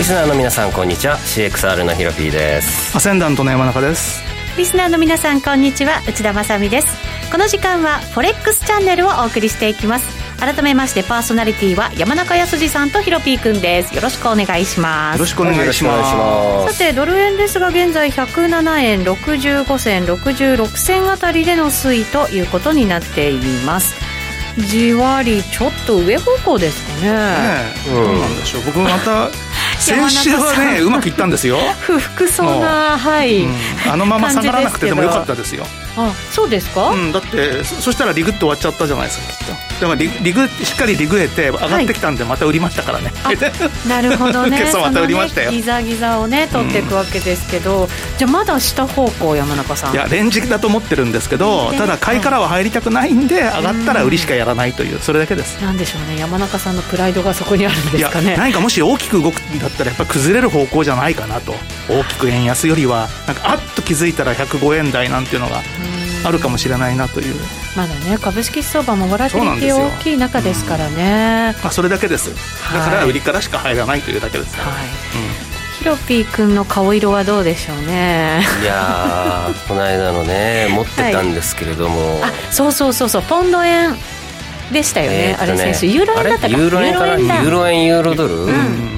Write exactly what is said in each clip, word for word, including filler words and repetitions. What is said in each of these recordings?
スナーの皆さんこんにちは。 シーエックスアール のヒロピーです。 アセンダントの山中です。 リスナーの皆さんこんにちは、内田まさみです。この時間はフォレックスチャンネルをお送りしていきます。改めましてパーソナリティは山中康二さんとヒロピーくんです。よろしくお願いします。 よろしくお願いします。 さてドル円ですが現在ひゃくななえんろくじゅうごせんろくじゅうろくせんあたりでの推移ということになっています。じわりちょっと上方向ですかね。ねえ、どうなんでしょう。僕また先週はねうまくいったんですよ。 不服そうな、はい、うん、 あのまま下がらなくてでもよかったですよ。 あ、そうですか、 うん、だって そ, そしたらリグって終わっちゃったじゃないですかきっと。でも リ, リグしっかりリグ得て上がってきたんでまた売りましたからね、 はい、なるほどね。 今朝また売りましたよ、 ね、ギザギザをね取っていくわけですけど、うん、じゃあまだ下方向山中さん。 いやレンジだと思ってるんですけど、ただ買いからは入りたくないんで、はい、上がったら売りしかやらないという、それだけです。 なんでしょうね、山中さんのプライドがそこにあるんですかね。 いや何かもし大きく動くんだったらやっぱ崩れる方向じゃないかなと。大きく円安よりはなんかあっと気づいたらひゃくごえん台なんていうのがあるかもしれないなという。まだね株式相場もボラティリティ大きい中ですからね、 うん、まあ、それだけです。だから売りからしか入らないというだけです、ね。はい、うん、 ヒロピー君の顔色はどうでしょうね。 いやこの間のね持ってたんですけれども、 はい、あそうそうそうそうポンド円でしたよね、えー、ねあれ選手ユーロ円だったか。 ユーロ円からユーロ円ユーロドル、うん、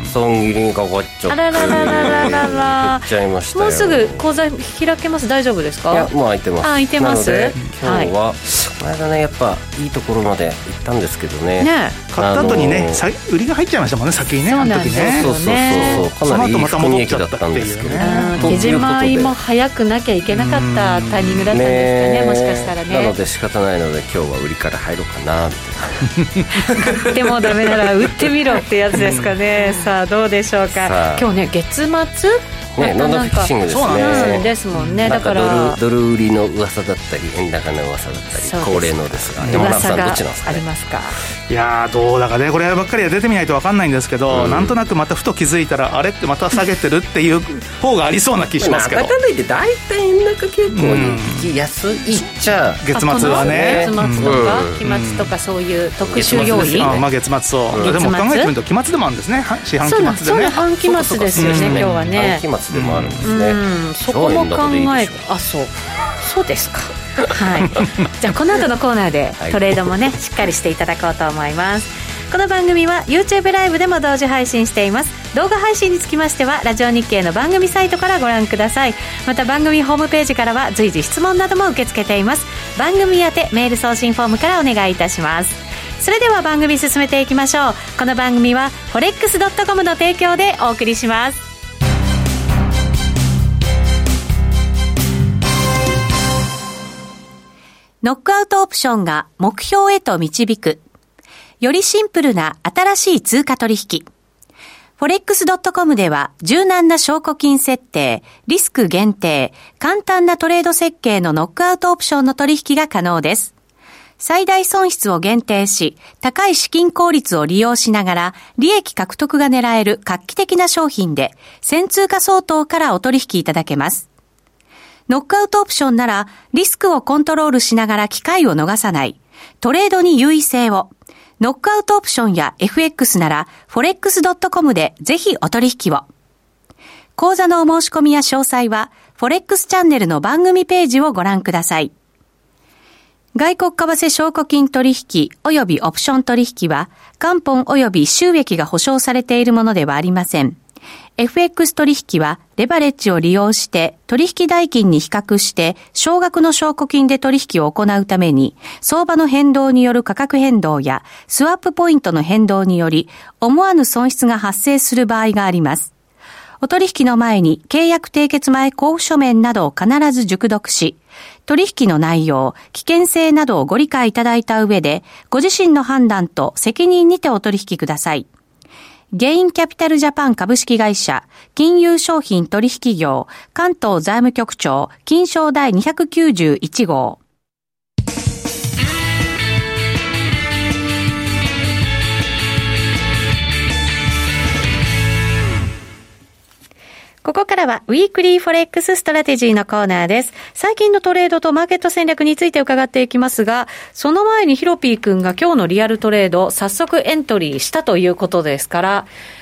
損切りにかかっちゃって、 あららららららら減っちゃいましたよ。 もうすぐ口座開けます？大丈夫ですか？ いやもう開いてます。 あ開いてます。 なので今日は、はい、この間ねやっぱいいところまで行ったんですけどね。 ね買った後にね売りが入っちゃいましたもんね先にね。 そうなんですよね。 そうそうそうそうかなりいい雰囲気だったんですけどね。 手締まいも早くなきゃいけなかったタイミングだったんですかね、もしかしたらね。 なので仕方ないので今日は売りから入ろうかなって買ってもダメなら売ってみろってやつですかね。さあどうでしょうか。今日ね月末ね、ノンノフィクシングですね。 そうですもんね。だからドル、ドル売りの噂だったり円高の噂だったり恒例のですが、山中さんどっちなんですかね。ありますか。 いやどうだかねこればっかりは出てみないと分かんないんですけど、うん、なんとなくまたふと気づいたらあれってまた下げてるっていう方がありそうな気しますけど、 中田抜いて大体円高傾向に行きやすいっちゃ、 うん、月末はね月末とか、うん、期末とかそういう特殊要因、 あ、まあ、月末そう、うん、でも考えてみると期末でもあるんですね。四半期末でね。 そう半期末ですよね、今日はね。 半期末でもあるんですね。 うん、そこも考えあそうそうですか。はいじゃあこの後のコーナーでトレードもねしっかりしていただこうと思います。この番組は YouTube ライブでも同時配信しています。動画配信につきましてはラジオ日経の番組サイトからご覧ください。また番組ホームページからは随時質問なども受け付けています。番組宛てメール送信フォームからお願いいたします。それでは番組進めていきましょう。この番組は フォレックスドットコム の提供でお送りします。ノックアウトオプションが目標へと導く。よりシンプルな新しい通貨取引。フォレックスドットコム では柔軟な証拠金設定、リスク限定、簡単なトレード設計のノックアウトオプションの取引が可能です。最大損失を限定し、高い資金効率を利用しながら利益獲得が狙える画期的な商品で、せん通貨相当からお取引いただけます。ノックアウトオプションならリスクをコントロールしながら機会を逃さない。トレードに優位性を。ノックアウトオプションや エフエックス なら フォレックスドットコム でぜひお取引を。講座のお申し込みや詳細は フォレックス チャンネルの番組ページをご覧ください。外国為替証拠金取引及びオプション取引は元本及び収益が保証されているものではありません。エフエックス 取引はレバレッジを利用して取引代金に比較して少額の証拠金で取引を行うために相場の変動による価格変動やスワップポイントの変動により思わぬ損失が発生する場合があります。お取引の前に契約締結前交付書面などを必ず熟読し、取引の内容、危険性などをご理解いただいた上でご自身の判断と責任にてお取引ください。ゲインキャピタルジャパン株式会社、金融商品取引業、関東財務局長、金商第にひゃくきゅうじゅういち号。ここからはウィークリーフォレックスストラテジーのコーナーです。最近のトレードとマーケット戦略について伺っていきますが、その前にヒロピー君が今日のリアルトレード早速エントリーしたということですから、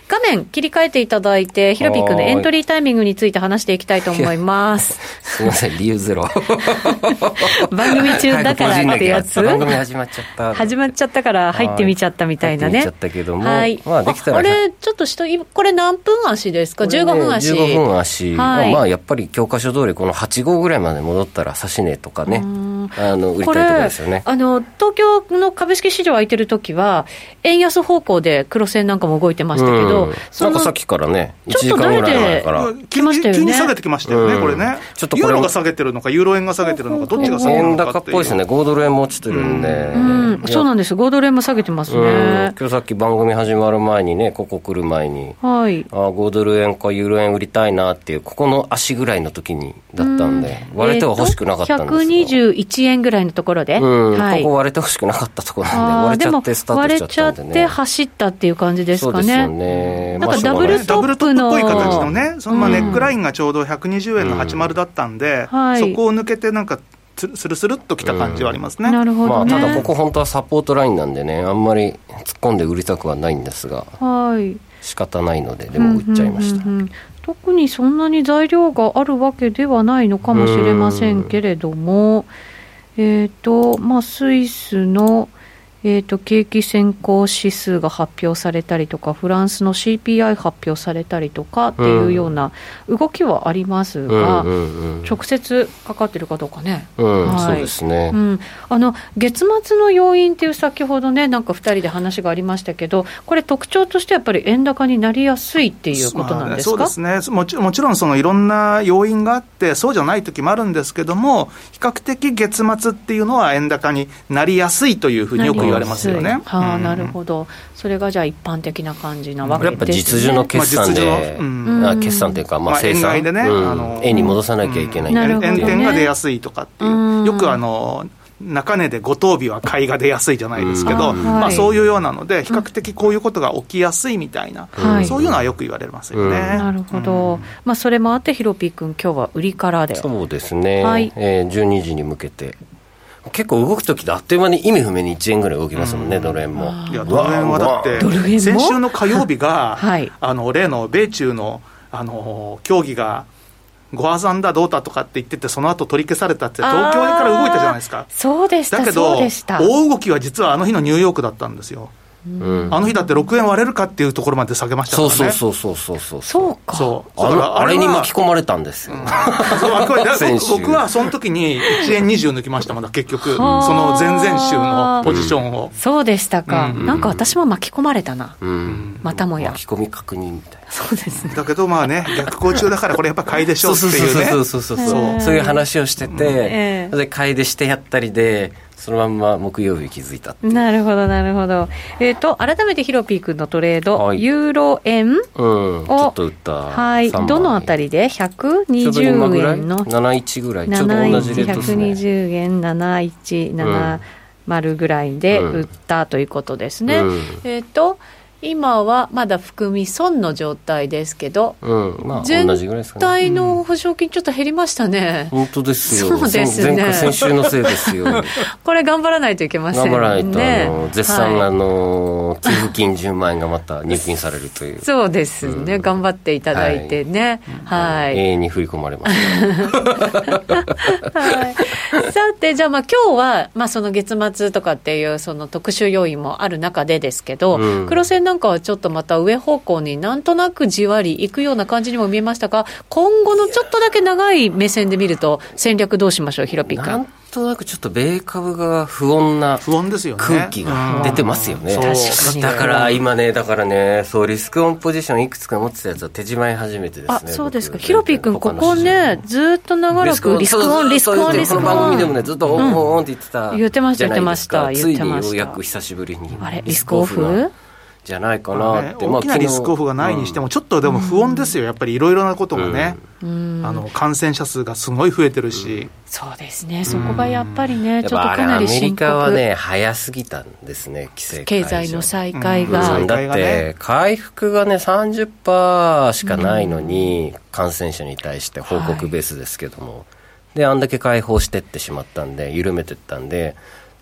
画面切り替えていただいてヒロピー君のエントリータイミングについて話していきたいと思いますすみません理由ゼロ番組中だからってやつ番組始まっちゃった始まっちゃったから入ってみちゃったみたいなね。 入ってみちゃったけども、 はい、 まあできたらあれちょっと下これ何分足ですか？じゅうごふん足。 じゅうごふん足、 はい、 まあやっぱり教科書通りこのはち号ぐらいまで戻ったら指し値とかね、あの売りたいところですよね。 あの東京の株式市場空いてる時は円安方向で黒線なんかも動いてましたけど、うん、 そのなんかさっきからねいちじかんぐらい前から急に、急に下げてきましたよね、うん、これね。ちょっとこれユーロが下げてるのかユーロ円が下げてるのかどっちが下げてるのかっていう。円高っぽいですね。ごドル円も落ちてるんで、 うんうん、そうなんです。ごドル円も下げてますね。 今日さっき番組始まる前にねここ来る前に、 はい、 あごドル円かユーロ円売りたいなっていうここの足ぐらいの時にだったんで、うん、割れては欲しくなかったんですよ、えー、ひゃくにじゅういちえんぐらいのところで、 うんはい、 ここ割れて欲しくなかったところなんで割れちゃってスタートしちゃったんでね。 割れちゃって走ったっていう感じですかね。 そうですよね。 なんかダブルトップの、 まあ、ダブルトップっぽい形のねそのまあネックラインがちょうどひゃくにじゅうえんのはちじゅうだったんで、うんはい、そこを抜けてなんかスルスルっときた感じはありますね、 うん、なるほどね。 まあ、ただここ本当はサポートラインなんでねあんまり突っ込んで売りたくはないんですが、 はい、 仕方ないのででも売っちゃいました、 うんうんうんうん、特にそんなに材料があるわけではないのかもしれませんけれども、えーとまあ、スイスのえーと、景気先行指数が発表されたりとかフランスの シーピーアイ 発表されたりとかっていうような動きはありますが、うんうんうん、直接かかっているかどうかね、 うんはい、そうですね、 うん、あの月末の要因っていう先ほどねなんかふたりで話がありましたけどこれ特徴としてやっぱり円高になりやすいっていうことなんですか？ まあね、そうですね。もち、もちろんそのいろんな要因があってそうじゃない時もあるんですけども比較的月末っていうのは円高になりやすいというふうによく言われますよね。 はあ、なるほど。それがじゃあ一般的な感じなわけですね。 やっぱ実需の決算で、まあうん、決算というか、まあ、生産、まあ、円買いでね、うん、あの円に戻さなきゃいけないんだよっていう、 円転が出やすいとかっていう、うん、よくあの中値でご等日は買いが出やすいじゃないですけど、うんまあ、そういうようなので比較的こういうことが起きやすいみたいな、うん、そういうのはよく言われますよね、うん、 なるほど、うんまあ、それもあってヒロピー君今日は売りからで。 そうですね、 はいえー、じゅうにじに向けて結構動くときってあっという間に意味不明にいちえんぐらい動きますもんね、うん、ドル円も。 いやドル円はだって先週の火曜日が、はい、あの例の米中の、あの協議がご破算だどうだとかって言っててその後取り消されたって東京から動いたじゃないですか。 そうでした。 だけど大動きは実はあの日のニューヨークだったんですよ。うん、あの日だってろくえん割れるかっていうところまで下げましたからね。 そうそうそうそうそうそうか。 そうだからあれに巻き込まれたんですよ、うん、そうあこれ僕はその時にいちえんにじゅう抜きましたもんだ結局その前々週のポジションを、 うん、そうでしたか、うん、なんか私も巻き込まれたな、うん、またもや巻き込み確認みたいな。 そうですね。 だけどまあね逆行中だからこれやっぱ買いでしょうっていうねそうそうそうそうそうそうそういう話をしてて、えー、で買いでしてやったりでそのまんま木曜日気づいたっていう。 なるほどなるほど。えーと改めてヒロピー君のトレード、はい、ユーロ円を、うん、ちょっと売ったはいどのあたりでひゃくにじゅうえんのななじゅういちぐらいちょうど同じレートですね。ひゃくにじゅうえんななじゅういちななじゅうぐらいで売ったということですね、うん、えーと今はまだ含み損の状態ですけど、 うんまあ、 全体の保証金ちょっと減りましたね、 うん、本当ですよ。 そうですね。 前先週のせいですよこれ頑張らないといけませんね。 頑張らないと、あの絶賛、はい、あの寄付金じゅうまんえんがまた入金されるというそうですね、うん、頑張っていただいてね、はいはい、 永遠に振り込まれます、 はい、さてじゃあ、まあ今日は、まあ、その月末とかっていうその特殊要因もある中でですけど、うん、黒線なんかはちょっとまた上方向になんとなくじわりいくような感じにも見えましたが、今後のちょっとだけ長い目線で見ると戦略どうしましょう、ヒロピー君。 なんとなくちょっと米株が不穏な空気が出てますよね。 確かに。 だから今ねだからねそうリスクオンポジションいくつか持ってたやつは手締まい始めてですね。 あそうですか。ヒロピー君ここねずっと長らくリスクオンリスクオンリスクオンこの番組でもねずっとオンオンオンって言ってた、うん、 言ってました言ってましたついにようやく久しぶりにあれリスクオフじゃないかなって、 まあね、大きなリスクオフがないにしても、うん、ちょっとでも不穏ですよ、やっぱりいろいろなことがね、うん、あの感染者数がすごい増えてるし、うん、 そうですね、そこがやっぱりね、うん、ちょっとかなり深刻。 アメリカはね早すぎたんですね、規制解除、 経済の再開が、 うん、だって回復がね さんじゅっパーセント しかないのに、うん、感染者に対して報告ベースですけども、はい、であんだけ解放してってしまったんで緩めてったんで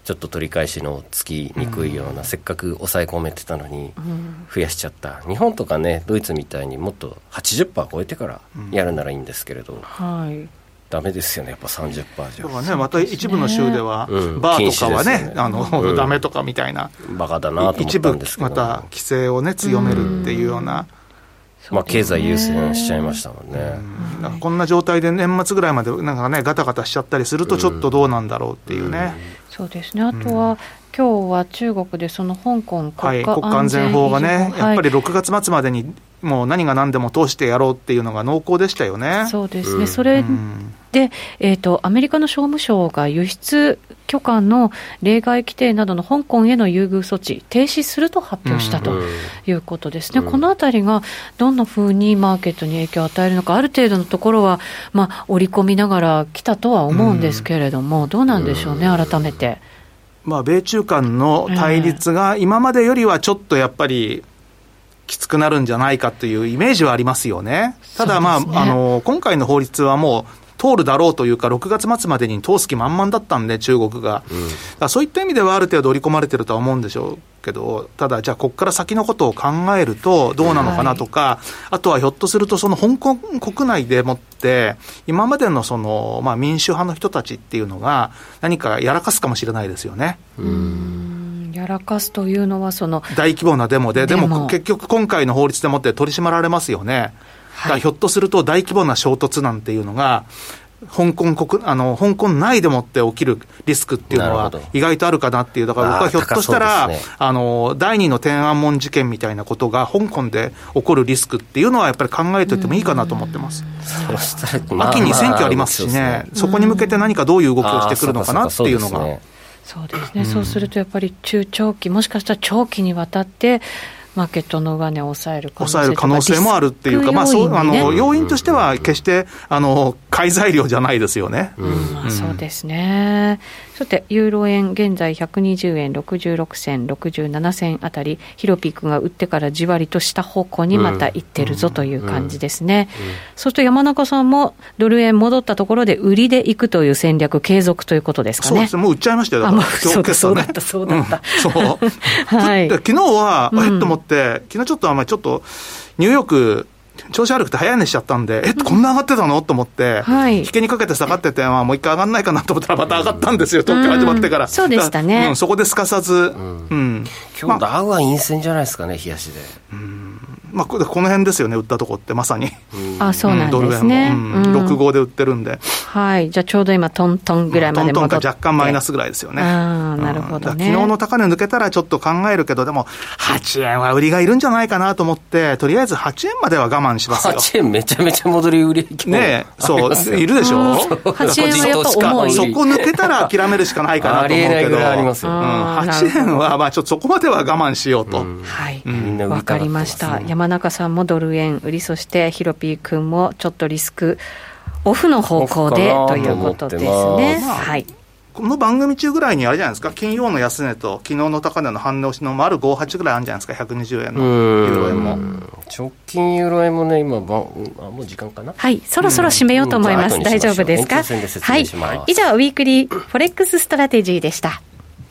ちょっと取り返しのつきにくいような、うん、せっかく抑え込めてたのに増やしちゃった、うん、日本とかねドイツみたいにもっと はちじゅっパーセント 超えてからやるならいいんですけれど、うん、はいダメですよねやっぱ さんじゅっパーセント じゃだからねまた一部の州では、うん、バーとかは ね, ねあの、うん、ダメとかみたいなバカだなと思ったんですけど、 一部また規制をね強めるっていうような、うんまあ、経済優先しちゃいましたもんね、 うん、なんかこんな状態で年末ぐらいまでなんかねガタガタしちゃったりするとちょっとどうなんだろうっていうね、うんうん、 そうですねあとは、うん、今日は中国でその香港国家安全法がね、はい、やっぱりろくがつ末までにもう何が何でも通してやろうっていうのが濃厚でしたよね。 そうですね、うん、それで、えーと、アメリカの商務省が輸出許可の例外規定などの香港への優遇措置停止すると発表したということですね、うん、このあたりがどんなふうにマーケットに影響を与えるのかある程度のところは、まあ、織り込みながら来たとは思うんですけれども、うん、どうなんでしょうね改めて、 まあ、米中間の対立が今までよりはちょっとやっぱりきつくなるんじゃないかというイメージはありますよね。ただ、まあね、あの今回の法律はもう通るだろうというかろくがつ末までに通す気満々だったんで中国が、うん、だからそういった意味ではある程度織り込まれてるとは思うんでしょうけど、ただじゃあここから先のことを考えるとどうなのかなとか、はい、あとはひょっとするとその香港国内でもって今までのその、まあ、民主派の人たちっていうのが何かやらかすかもしれないですよね。 うーんやらかすというのはその大規模なデモで、でも結局今回の法律でもって取り締まられますよね。だからひょっとすると大規模な衝突なんていうのが香港国あの香港内でもって起きるリスクっていうのは意外とあるかなっていう。だから僕はひょっとしたら あ、ね、あの第二の天安門事件みたいなことが香港で起こるリスクっていうのはやっぱり考えておいてもいいかなと思ってます。 そうしたら、まあ、 秋に選挙ありますしね、まあまあ そ, ねそこに向けて何かどういう動きをしてくるのかなっていうのが、 そうですね、うん、そうするとやっぱり中長期もしかしたら長期にわたってマーケットの上値を抑える可能性抑える可能性もあるっていうか、まあ、そうあの要因としては決してあの買い材料じゃないですよね、 うんうんまあ、そうですね。さてユーロ円現在ひゃくにじゅうえんろくじゅうろくせんろくじゅうななせんあたり、ヒロピー君が売ってからじわりとした方向にまた行ってるぞという感じですね、うんうんうん、そして山中さんもドル円戻ったところで売りでいくという戦略継続ということですかね。 そうです、もう売っちゃいましたよ。だからあ、 そうだそうだったそうだった、 うん、そうはい、昨日はえっと思って、昨日ちょっとあんまりちょっとニューヨーク調子悪くて早値しちゃったんで、えっこんな上がってたのと思って、はい、引けにかけて下がってて、まあ、もう一回上がんないかなと思ったらまた上がったんですよ、東京始まってから。 そうでしたね、 うん、そこですかさず、うんうん、 今日ダウは陰線じゃないですかね、冷やしで、 うんまあ、この辺ですよね売ったとこってまさに、 うん、あそうなんですね、 うんうん、ろくごで売ってるんで、 はい、じゃあちょうど今トントンぐらいまで戻って、トントンか若干マイナスぐらいですよね。 あなるほどね、 うん、昨日の高値抜けたらちょっと考えるけど、でもはちえんは売りがいるんじゃないかなと思って、とりあえずはちえんまでは我慢しますよ。 はちえんめちゃめちゃ戻り売りねえ、そういるでしょ。 はちえんはやっぱ重い、 そこ抜けたら諦めるしかないかなと思うけど、ありますよ、うん、はちえんはまあちょっとそこまでは我慢しようと、うん、 はい、うん、分かりました。山中さんもドル円売り、そしてヒロピー君もちょっとリスクオフの方向でということですね、まあ、はい。 この番組中ぐらいにあれじゃないですか、金曜の安値と昨日の高値の半値押しの丸ごじゅうはちぐらいあるんじゃないですか、ひゃくにじゅうえんのユーロ円も。 直近ユーロ円もね、今あもう時間かな、 はい、そろそろ締めようと思います、うん、大丈夫ですか。はい、以上ウィークリーフォレックスストラテジーでした。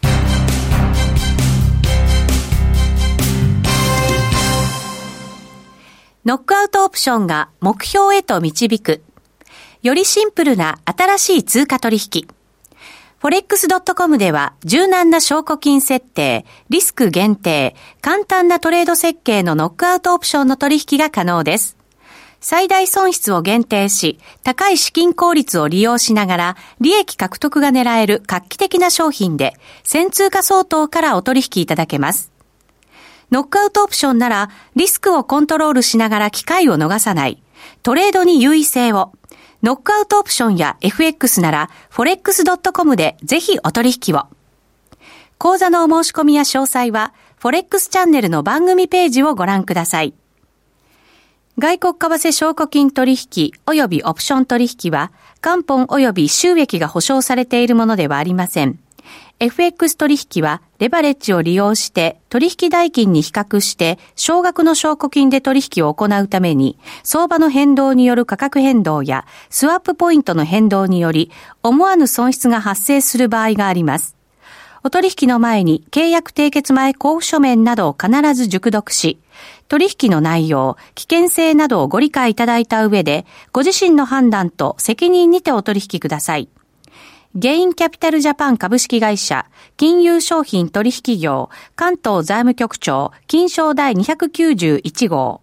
ノックアウトオプションが目標へと導く。よりシンプルな新しい通貨取引。フォレックスドットコム では柔軟な証拠金設定、リスク限定、簡単なトレード設計のノックアウトオプションの取引が可能です。最大損失を限定し、高い資金効率を利用しながら利益獲得が狙える画期的な商品で、せん通貨相当からお取引いただけます。ノックアウトオプションならリスクをコントロールしながら機会を逃さない。トレードに優位性を。ノックアウトオプションや エフエックス なら フォレックスドットコム でぜひお取引を。講座のお申し込みや詳細は フォレックス チャンネルの番組ページをご覧ください。外国為替証拠金取引及びオプション取引は元本及び収益が保証されているものではありません。エフエックス 取引はレバレッジを利用して取引代金に比較して少額の証拠金で取引を行うために相場の変動による価格変動やスワップポイントの変動により思わぬ損失が発生する場合があります。 お取引の前に契約締結前交付書面などを必ず熟読し、取引の内容、危険性などをご理解いただいた上で、ご自身の判断と責任にてお取引ください。ゲインキャピタルジャパン株式会社、金融商品取引業、関東財務局長、金商第にひゃくきゅうじゅういち号。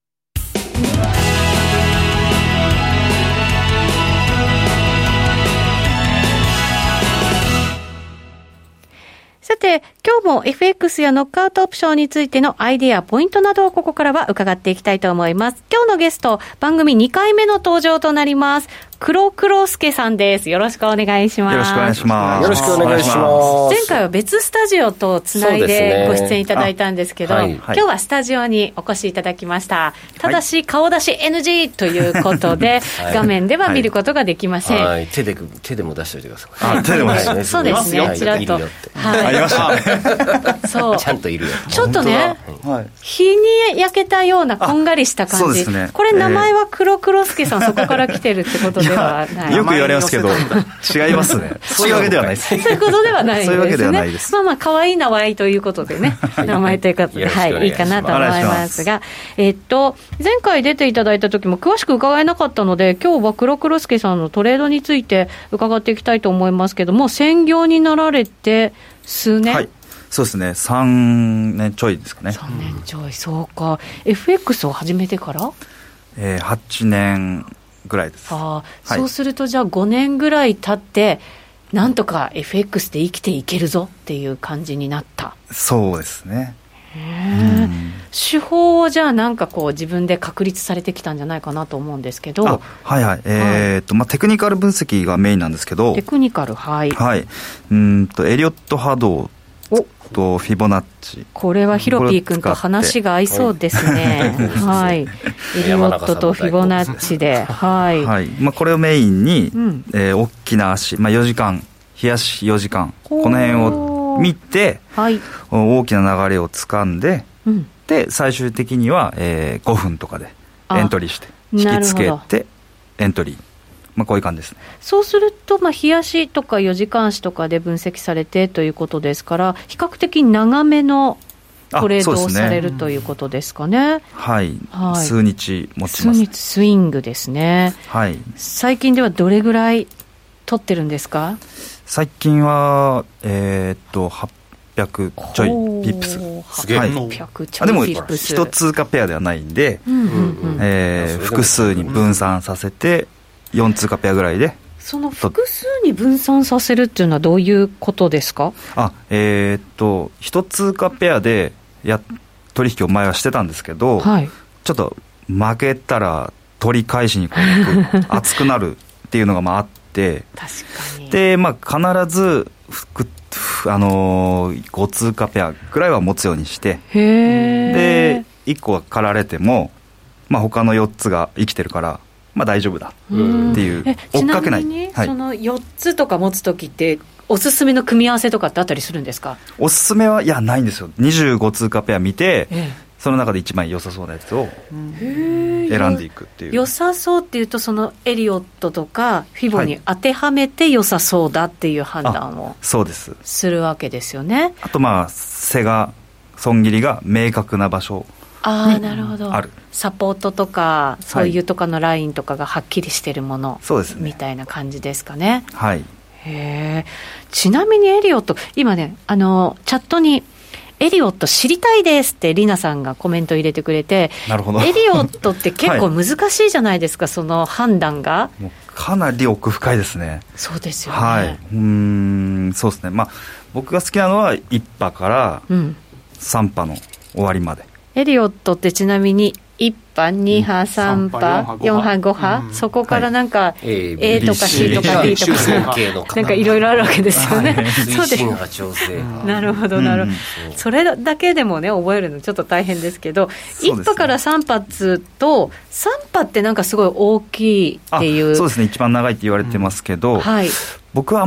さて、今日も エフエックス やノックアウトオプションについてのアイデア、ポイントなどをここからは伺っていきたいと思います。今日のゲスト、番組にかいめの登場となります。黒黒助さんです。よろしくお願いします。 よろしくお願いします。 よろしくお願いします。 前回は別スタジオとつないでご出演いただいたんですけど、はい、今日はスタジオにお越しいただきました。ただし、顔出し エヌジー ということで、はい、画面では見ることができません。 はい、手で、手でも出しておいてください。 あ、手でも出して、ね、 そうですね、ちらっと。はい、 ありましたね。 そう。 ちゃんといるよ。 ちょっとね、はい、日に焼けたようなこんがりした感じ。そうですね。これ名前は黒黒助さん、そこから来てるってことではない。 よく言われますけど、違いますね。そういうわけではないです。 そういうことではないですね。 そういうわけではないです。 まあまあ、可愛い名前ということでね、名前ということで、はい、いいかなと思いますが、えっと、前回出ていただいた時も詳しく伺えなかったので、今日は黒黒助さんのトレードについて伺っていきたいと思いますけども、専業になられて数年、 はい、そうですね、さんねんちょいですかね。 さんねんちょい、そうか。エフエックス を始めてから、 えー、はちねんぐらいです。 あ、はい、そうするとじゃあごねんぐらい経ってなんとか エフエックス で生きていけるぞっていう感じになった。 そうですね。 へ、手法をじゃあなんかこう自分で確立されてきたんじゃないかなと思うんですけど。 あ、はいはい、えーっと、まあ、テクニカル分析がメインなんですけど、 テクニカル、はい、 はい、うんとエリオット波動とフィボナッチ、 これはヒロピー君と話が合いそうですね。はい、エリオットとフィボナッチで、はい、 はい、まあ、これをメインに、うん、えー、大きな足、まあ、よじかん、冷やしよじかん、この辺を見て、はい、大きな流れをつかんで、うん、で最終的には、えー、ごふんとかでエントリーして引きつけてエントリー、まあ、こういう感じですね。 そうすると、まあ、日足とかよじかん足とかで分析されてということですから、比較的長めのトレードをされるということですかね。 はい、はい、数日持ちます。 数日スイングですね。はい、最近ではどれぐらい取ってるんですか？ 最近は、えー、っとはっぴゃくちょいピップス。 すげえ、はい、はっぴゃくちょいピップス。 でも一通貨ペアではないんで、うんうんうん、えー、複数に分散させてよん通貨ペアぐらいで。 その複数に分散させるっていうのはどういうことですか？ あ、えー、っと一通貨ペアでや取引を前はしてたんですけど、はい、ちょっと負けたら取り返しにこう熱くなるっていうのがまああって、確かに。で、まあ、必ず複あのー、ご通貨ペアぐらいは持つようにして、へでいっこが狩られても、まあ、他のよっつが生きてるから、まあ、大丈夫だっていう、追っかけない。 ちなみに、はい、そのよっつとか持つときっておすすめの組み合わせとかってあったりするんですか？ おすすめはいやないんですよ。にじゅうご通貨ペア見て、ええ、その中で一番良さそうなやつを選んでいくっていう。 良さそうっていうと、そのエリオットとかフィボに当てはめて良さそうだっていう判断をそうですするわけですよね。 あと、まあ背が損切りが明確な場所、 ああ、なるほど。あるサポートとかそういうとかのラインとかがはっきりしてるもの、はい、そうですね、みたいな感じですかね。はい。へえ。ちなみにエリオット、今ね、あのチャットにエリオット知りたいですってリナさんがコメント入れてくれて、なるほど。エリオットって結構難しいじゃないですか、はい、その判断がもうかなり奥深いですね。 そうですよね。 はい、うーん、そうですね。まあ僕が好きなのはいち波からさん波の終わりまで、 うん、エリオットってちなみにいち波、に波、さん波、よん波、ご波、うん、そこからなんか、はい、A とか C とか D とかなんかいろいろあるわけですよね。はい、 推進波調整。 なるほどなるほど、うん、それだけでもね覚えるのちょっと大変ですけど、いち波からさん波とさん波ってなんかすごい大きいっていう。 そうですね、一番長いって言われてますけど、うん、はい、僕はあんまり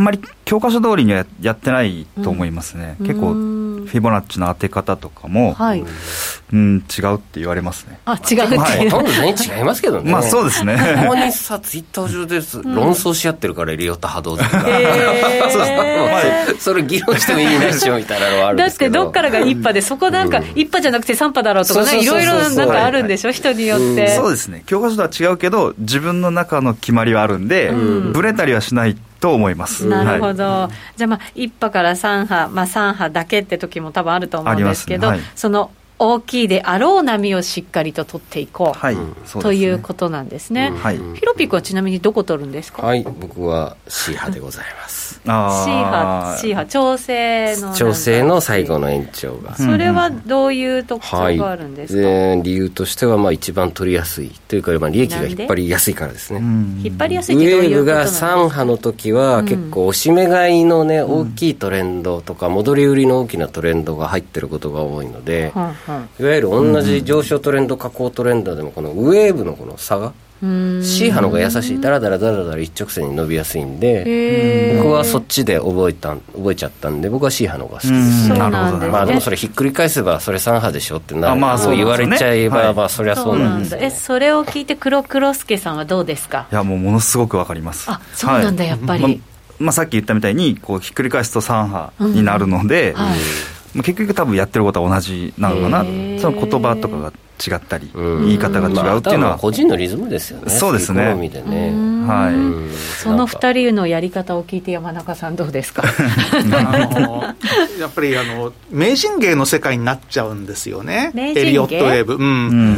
教科書通りにはやってないと思いますね、うん、結構フィボナッチの当て方とかも、はい、うん、違うって言われますね。 あ、違うっていう、はい、 ほとんど全然違いますけどね。 まあそうですね。 たまにさツイッター上で論争し合ってるから、エリオット波動とか、そうですね、それ議論してもいいなっしょみたいなのはあるんですけど、 だってどっからが一派で、そこなんか一派じゃなくて三派だろうとかね、いろいろなんかあるんでしょ、人によって。 そうですね、教科書とは違うけど自分の中の決まりはあるんで、うん、ブレたりはしないと思います。 なるほど、はい、じゃあまあいち派からさん派、まあ、さん派だけって時も多分あると思うんですけど、ね、はい、その大きいであろう波をしっかりと取っていこう、はい、ということなんですね、うん、はい、ヒロピークはちなみにどこ取るんですか？ はい、僕は C 派でございます。 あ C 派、C 派、調整の調整の最後の延長が、 それはどういう特徴があるんですか？ はい、理由としてはまあ一番取りやすいというか、まあ利益が引っ張りやすいからですね。 引っ張りやすいってどういうことなんですか？ウェーブがさん波の時は結構押し目買いのね、大きいトレンドとか戻り売りの大きなトレンドが入ってることが多いので、うんうん、いわゆる同じ上昇トレンド下降トレンドでもこのウェーブのこの差がC 波の方が優しい、だらだらだらだら一直線に伸びやすいんで、僕はそっちで覚えた覚えちゃったんで、僕は C 波の方が好きです。 そうなんですね。 まあでもそれひっくり返せばそれさん波でしょってなる、まあそう言われちゃえば、はい、まあそりゃそうなんです。 え、それを聞いて黒黒助さんはどうですか？ いやもうものすごくわかります。 あ、そうなんだ、はい、やっぱり。 ままあ、さっき言ったみたいにこうひっくり返すとさん波になるので、うん、はい、結局多分やってることは同じなのかな、その言葉とかが違ったり、うん、言い方が違うっていうのは、まあ、 個人のリズムですよね。 そうですね。 好みでね、 はい、 そのふたりのやり方を聞いて山中さんどうですか？あのやっぱりあの名人芸の世界になっちゃうんですよね、エリオットウェーブ、うん、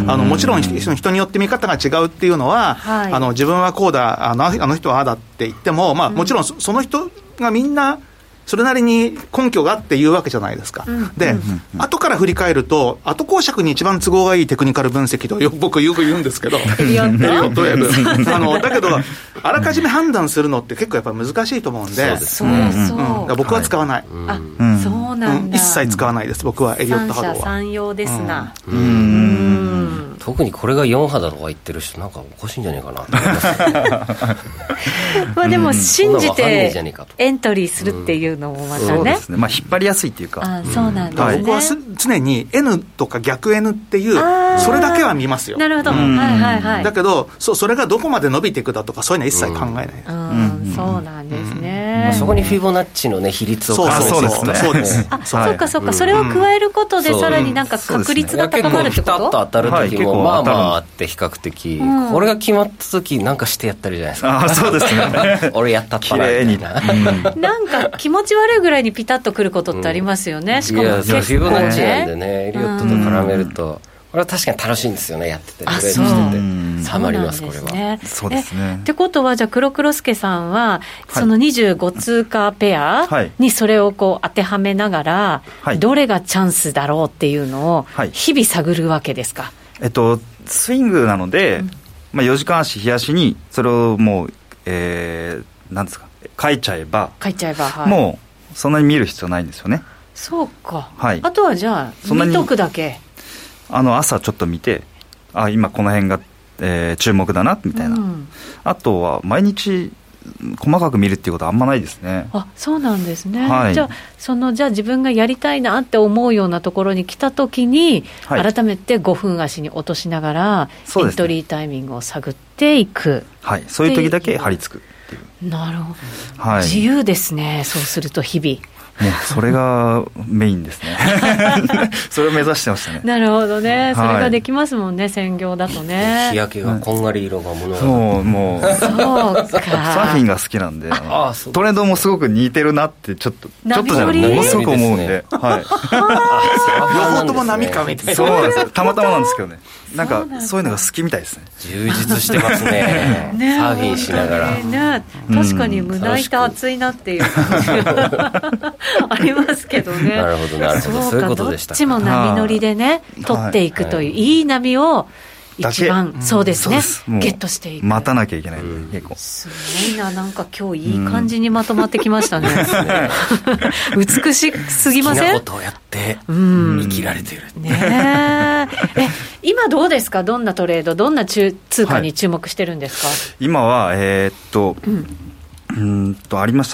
あのもちろん人によって見方が違うっていうのは、はい、あの自分はこうだ、あの、あの人はああだって言っても、まあ、もちろん そ, その人がみんなそれなりに根拠があって言うわけじゃないですか、うん、で、うん、後から振り返ると後講釈に一番都合がいいテクニカル分析とよ僕よく言うんですけどエリオットウェーブあのだけどあらかじめ判断するのって結構やっぱ難しいと思うんで、 そうですそう、 うん、僕は使わない、 はい、あ、そうなんだ、 うん、一切使わないです僕はエリオット波動は。 三者三様ですな、 うん、うん特にこれがよん波だとか言ってる人なんかおかしいんじゃないかなと思いますまあでも信じてエントリーするっていうのもまたね、そうですね、 まあ、引っ張りやすいっていうか、 あ、そうなんですね、 僕は常に N とか逆 N っていうそれだけは見ますよ。 なるほど、はいはいはい、 だけど そ, それがどこまで伸びていくだとかそういうのは一切考えない、 うんうん、そうなんですね、 うん、そこにフィボナッチの、ね、比率を考えて、 そうですね、そうです、 あ、そうかそうか、それを加えることでさらになんか確率が高まるってこと、 結構ピタッと当たる時も、はい、まあまああって比較的、うん、これが決まった時なんかしてやったりじゃないですか。 あ、そうですね俺やったったらみたいな、 うん、なんか気持ち悪いぐらいにピタッとくることってありますよね、うん、しかも結構ね、いやフィボナッチなんでね、エリオットと絡めると、うん、これは確かに楽しいんですよね、やってて、トレードしててハマります、これは。 そうですね。 ってことはじゃあ黒黒助さんはそのにじゅうご通貨ペアにそれをこう当てはめながら、はい、どれがチャンスだろうっていうのを日々探るわけですか？ えっとスイングなので、うん、まあ、よじかん足日足にそれをもう、えー、なんですか、書いちゃえば書いちゃえば、はい、 もうそんなに見る必要ないんですよね。 そうか、 はい、 あとはじゃあ見とくだけ、 あの朝ちょっと見て、あ、今この辺が、えー、注目だなみたいな、うん、あとは毎日細かく見るっていうことはあんまないですね。 あ、そうなんですね、はい、じゃあそのじゃあ自分がやりたいなって思うようなところに来たときに、はい、改めてごふん足に落としながら、ね、エントリータイミングを探っていく、 はい、そういう時だけ張り付くっていう。 なるほど、はい、自由ですね。そうすると日々 もうそれがメインですねそれを目指してましたね。 なるほどね、それができますもんね、はい、専業だとね。 日焼けがこんがり色がものが、 そうもうそうかサーフィンが好きなんで、ああトレンドもすごく似てるなってちょっとちょっとじゃないものすごく思うんで、はい両方とも波かみたいな。 そうなんですよ、たまたまなんですけどね、なんかそういうのが好きみたいですね。 充実してますねね、サーフィンしながら、 ね、確かに胸板熱いなっていう感じがありますけどね。 なるほどなるほど、そういうことでした。 どっちも波乗りでね、取っていくという、はい、いい波を一番、そうですね、ゲットしていく。 待たなきゃいけないんで、うん、結構すごいな、なんか今日いい感じにまとまってきましたね、うん、美しすぎません？ 好きなことをやって生きられてる、 うん、ねえ今どうですか？どんなトレード、どんな通貨に注目してるんですか？ はい、今はえー、っと、うん、うんとありましたね、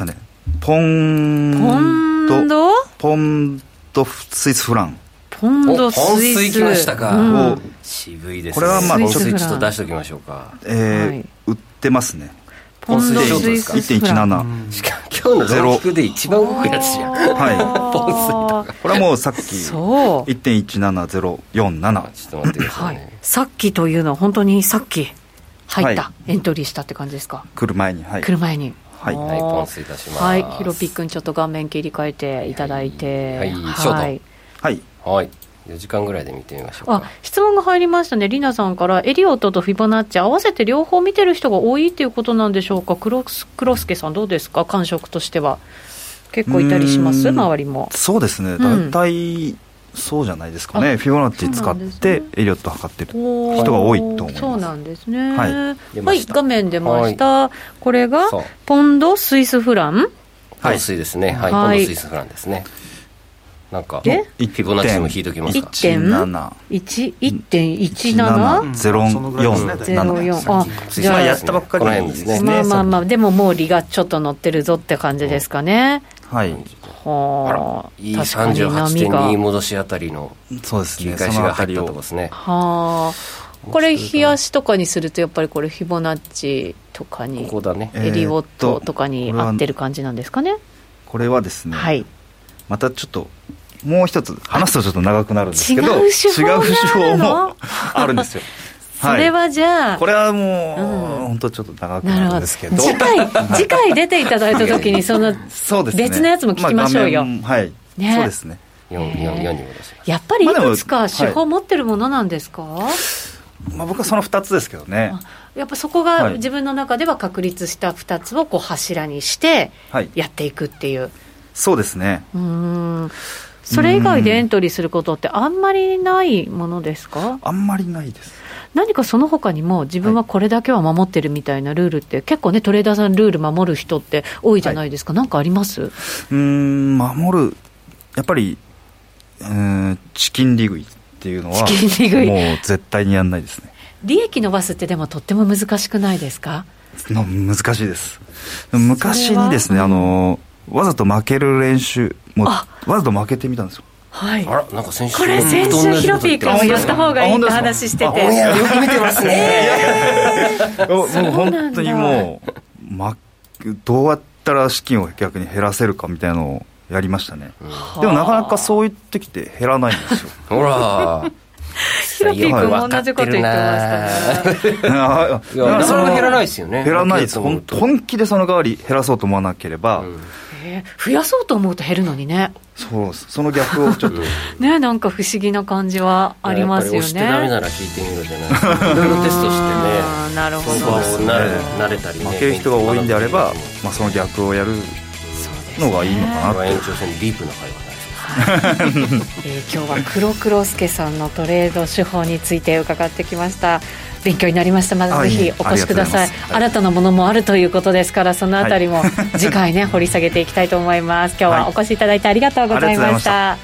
ポンポンドポンドスイスフランポンドスイスポンスイ来ましたか、うん、渋いですね。これはまあポンスイちょっと出しておきましょうか。 えーはい、売ってますね。 ポンドスイスいってんいちなな、 しかも今日のローキクで一番動くやつじゃん。 はいポンスイとかこれはもうさっき いってんいちななゼロよんなな、 ちょっと待ってくださいね、 はい、さっきというのは本当にさっき入った、はい、エントリーしたって感じですか。 来る前に、はい、 来る前に、 はい、 はい、ポンスイ出します。 はい、ヒロピックにちょっと画面切り替えていただいて、 はい、はい、ショート、 はいはい、よじかんぐらいで見てみましょうか。 あ、質問が入りましたね。リナさんからエリオットとフィボナッチ合わせて両方見てる人が多いっていうことなんでしょうか。クロス黒助さんどうですか、感触としては。結構いたりします、周りも。 そうですね、大体、うん、そうじゃないですかね。フィボナッチ使ってエリオット測ってる人が多いと思います。 そうなんですね。 はい、 はい、画面出ました、はい、これがポンドスイスフラン、 ポンスイですね、はい、はい、ポンドスイスフランですね。なんかフィボナッチでも引いときますか。 いってんいちななゼロよん、 あ、じゃあやったばっかりですね。 まあまあまあ、でももう利がちょっと乗ってるぞって感じですかね。 はい、 はあ、 いい さんじゅうはちてんに 戻しあたりのそうですね、 切り返しが入ったところですね。 はあ、これ冷やしとかにするとやっぱりこれフィボナッチとかにここだね、 エリオットとかに合ってる感じなんですかね。 これはですね、 はい、 またちょっともう一つ話すとちょっと長くなるんですけど、 違う手法もあるんですよ。 それはじゃあ、 これはもう、うん、本当ちょっと長くなるんですけど、 次回次回出ていただいた時にその別のやつも聞きましょうよ。 まあ、はい、ね、そうですね。 よんに戻します。 やっぱりいくつか手法持ってるものなんですか。まあ、 まあ、僕はそのふたつですけどね。 やっぱそこが自分の中では確立したふたつをこう柱にしてやっていくっていう、はい、 そうですね。 うーん、それ以外でエントリーすることってあんまりないものですか。 あんまりないです。 何かその他にも自分はこれだけは守ってるみたいなルールって、はい、結構ねトレーダーさんルール守る人って多いじゃないですか、はい、なんかあります？うーん、守る、やっぱり、えー、チキン利食いっていうのはチキン利食いもう絶対にやんないですね。 利益伸ばすってでもとっても難しくないですか？ の難しいです。昔にですね、あのわざと負ける練習もわざと負けてみたんですよ。 はい、 あら、なんか先週これ先週ヒロピー君もやった方がいいって話してて、 よく見てますね。 もう本当にもう、ま、どうやったら資金を逆に減らせるかみたいなのをやりましたね、うん、でもなかなかそう言ってきて減らないんですよ。 ほらヒロピー君も同じこと言ってましたね。 いや、なかなか減らないですよね。 減らないです。本気でその代わり減らそうと思わなければ、うん、 えー、増やそうと思うと減るのにね。 そうです。その逆をちょっとね、なんか不思議な感じはありますよね。 やっぱり押してダメなら聞いてみろじゃないですか。いろいろテストしてね。 なるほど。 そう慣れ、慣れたりね。 負ける人が多いんであれば、まあ、その逆をやるのがいいのかなと。 延長戦ディープな会話だ。 はいえー、今日は黒黒助さんのトレード手法について伺ってきました。勉強になりました。まずぜひお越しください。新たなものもあるということですから、そのあたりも次回ね、はい、掘り下げていきたいと思います。今日はお越しいただいてありがとうございました。はい、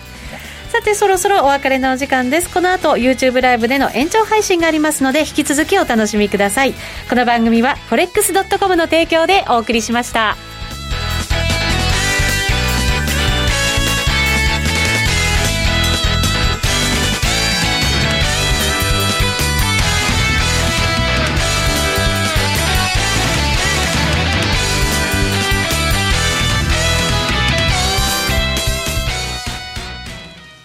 さてそろそろお別れのお時間です。この後 YouTube ライブでの延長配信がありますので、引き続きお楽しみください。この番組は フォレックスドットコム の提供でお送りしました。